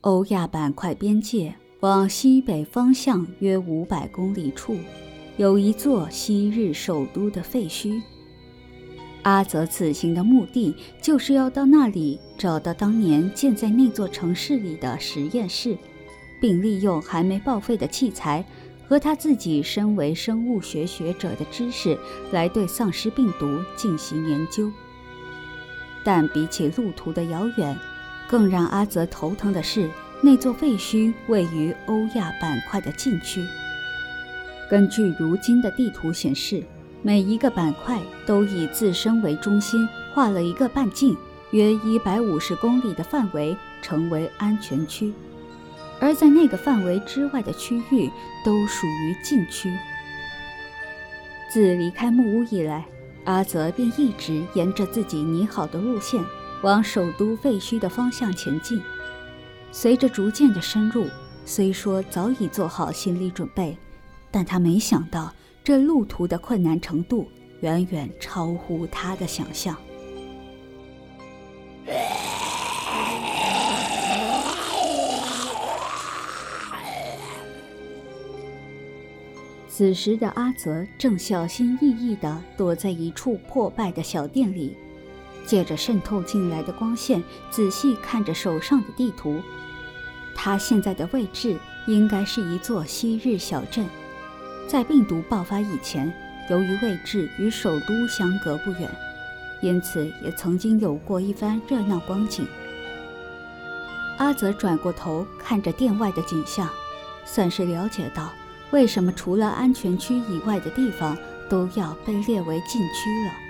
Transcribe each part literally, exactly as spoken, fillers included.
欧亚板块边界往西北方向约五百公里处，有一座昔日首都的废墟。阿泽此行的目的就是要到那里找到当年建在那座城市里的实验室，并利用还没报废的器材和他自己身为生物学学者的知识来对丧尸病毒进行研究。但比起路途的遥远，更让阿泽头疼的是，那座废墟位于欧亚板块的禁区。根据如今的地图显示，每一个板块都以自身为中心画了一个半径，约一百五十公里的范围成为安全区，而在那个范围之外的区域都属于禁区。自离开木屋以来，阿泽便一直沿着自己拟好的路线往首都废墟的方向前进。随着逐渐的深入，虽说早已做好心理准备，但他没想到这路途的困难程度远远超乎他的想象。此时的阿泽正小心翼翼地躲在一处破败的小店里，借着渗透进来的光线仔细看着手上的地图。他现在的位置应该是一座昔日小镇，在病毒爆发以前，由于位置与首都相隔不远，因此也曾经有过一番热闹光景。阿泽转过头看着店外的景象，算是了解到为什么除了安全区以外的地方都要被列为禁区了。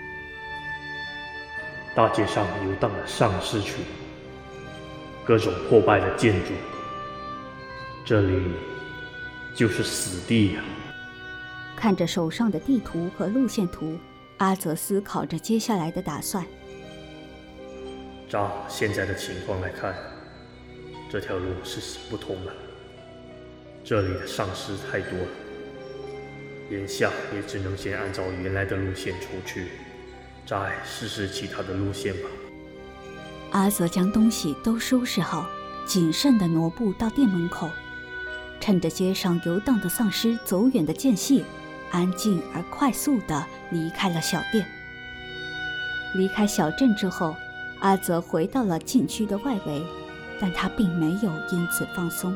大街上游荡的丧尸群，各种破败的建筑，这里就是死地啊！ 看着手上的地图和路线图，阿泽思考着接下来的打算。 照现在的情况来看，这条路是行不通的。这里的丧尸太多了，眼下也只能先按照原来的路线出去，再试试其他的路线吧。 阿泽将东西都收拾好，谨慎地挪步到店门口，趁着街上游荡的丧尸走远的间隙，安静而快速地离开了小店。离开小镇之后，阿泽回到了禁区的外围，但他并没有因此放松。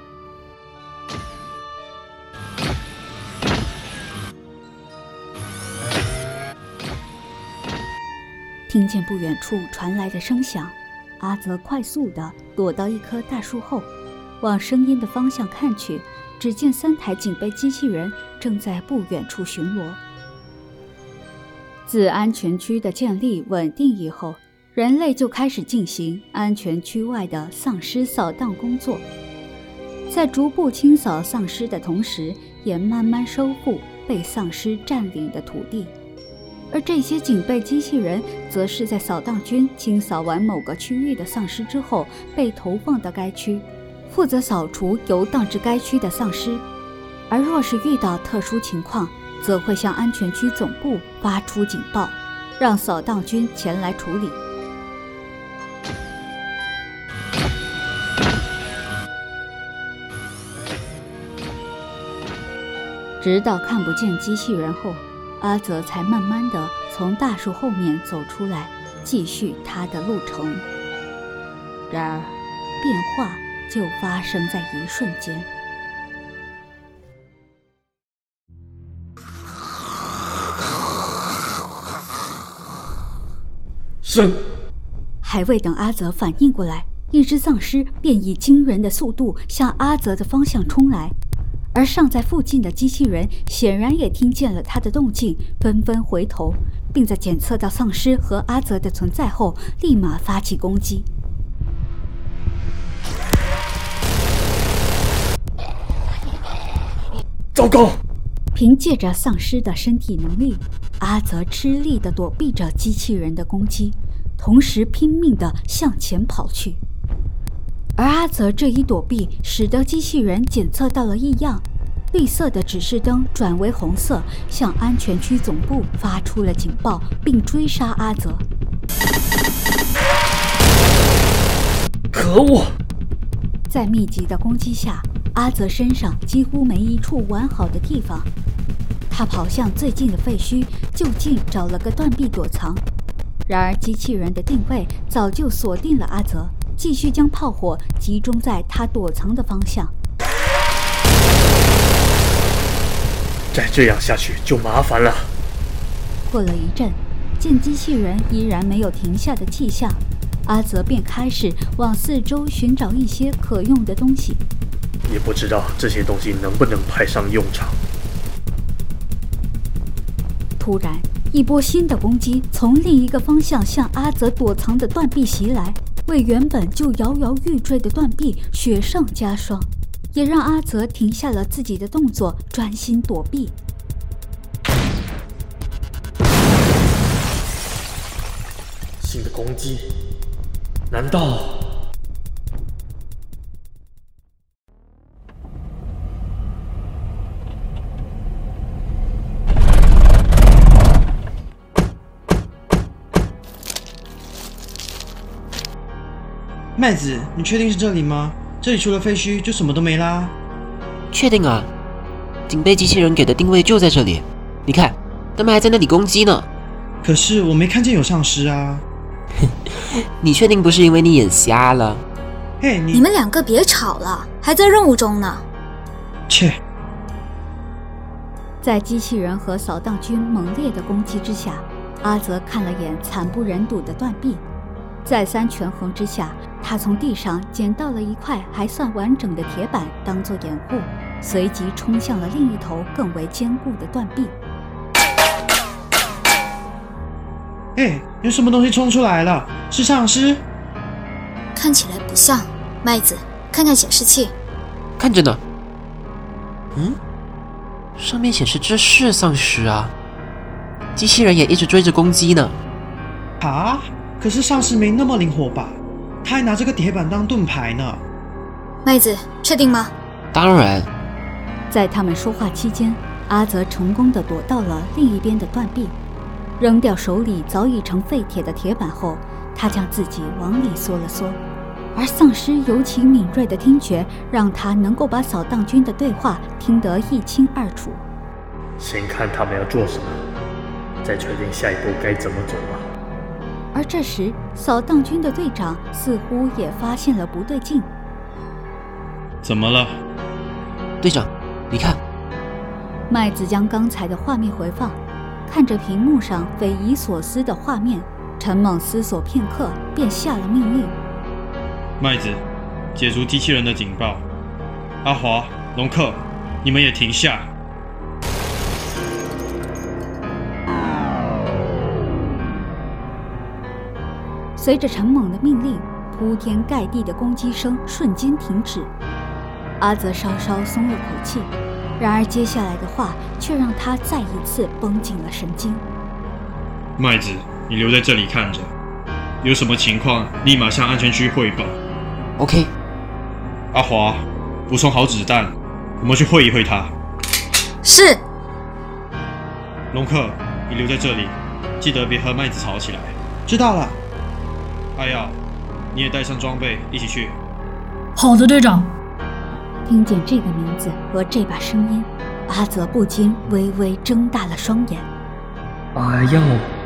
听见不远处传来的声响，阿泽快速地躲到一棵大树后，往声音的方向看去，只见三台警备机器人正在不远处巡逻。自安全区的建立稳定以后，人类就开始进行安全区外的丧尸扫荡工作，在逐步清扫丧尸的同时，也慢慢收复被丧尸占领的土地。而这些警备机器人则是在扫荡军清扫完某个区域的丧尸之后被投放到该区，负责扫除游荡至该区的丧尸。而若是遇到特殊情况，则会向安全区总部发出警报，让扫荡军前来处理。直到看不见机器人后，阿泽才慢慢地从大树后面走出来，继续他的路程。然而，变化就发生在一瞬间。 生！ 还未等阿泽反应过来，一只丧尸便以惊人的速度向阿泽的方向冲来。而尚在附近的机器人显然也听见了他的动静，纷纷回头，并在检测到丧尸和阿泽的存在后，立马发起攻击。 糟糕！ 凭借着丧尸的身体能力，阿泽吃力地躲避着机器人的攻击，同时拼命地向前跑去。而阿泽这一躲避，使得机器人检测到了异样，绿色的指示灯转为红色，向安全区总部发出了警报，并追杀阿泽。 可恶！ 在密集的攻击下，阿泽身上几乎没一处完好的地方。他跑向最近的废墟，就近找了个断壁躲藏。然而机器人的定位早就锁定了阿泽，继续将炮火集中在他躲藏的方向。 再这样下去就麻烦了。 过了一阵，见机器人依然没有停下的迹象，阿泽便开始往四周寻找一些可用的东西。 也不知道这些东西能不能派上用场。 突然，一波新的攻击从另一个方向向阿泽躲藏的断壁袭来，为原本就摇摇欲坠的断壁雪上加霜，也让阿泽停下了自己的动作，专心躲避。 新的攻击？难道…… 麦子，你确定是这里吗？这里除了废墟就什么都没啦。 确定啊，警备机器人给的定位就在这里。你看，他们还在那里攻击呢。 可是我没看见有丧尸啊。 你确定不是因为你眼瞎了？ 嘿，你你们两个别吵了，还在任务中呢。 切！ 在机器人和扫荡军猛烈的攻击之下，阿泽看了眼惨不忍睹的断壁。再三权衡之下，他从地上捡到了一块还算完整的铁板当作掩护，随即冲向了另一头更为坚固的断壁。 哎，有什么东西冲出来了？是丧尸？ 看起来不像。麦子，看看显示器。 看着呢。嗯，上面显示这是丧尸啊，机器人也一直追着攻击呢。 啊？可是丧尸没那么灵活吧？他还拿这个铁板当盾牌呢。 麦子，确定吗？ 当然。 在他们说话期间，阿泽成功地躲到了另一边的断壁，扔掉手里早已成废铁的铁板后，他将自己往里缩了缩。而丧尸尤其敏锐的听觉，让他能够把扫荡军的对话听得一清二楚。 先看他们要做什么，再决定下一步该怎么走吧。 而这时，扫荡军的队长似乎也发现了不对劲。 怎么了？ 队长，你看。 麦子将刚才的画面回放，看着屏幕上匪夷所思的画面，陈猛思索片刻，便下了命令： 麦子，解除机器人的警报。阿华、龙克，你们也停下。 随着陈猛的命令，铺天盖地的攻击声瞬间停止。阿泽稍稍松了口气，然而接下来的话却让他再一次绷紧了神经。 麦子，你留在这里看着，有什么情况立马向安全区汇报。 OK。 阿华，补充好子弹，我们去会一会他。 是。 龙克，你留在这里，记得别和麦子吵起来。知道了。阿耀，你也带上装备一起去。 好的，队长。 听见这个名字和这把声音，阿泽不禁微微睁大了双眼。 阿耀。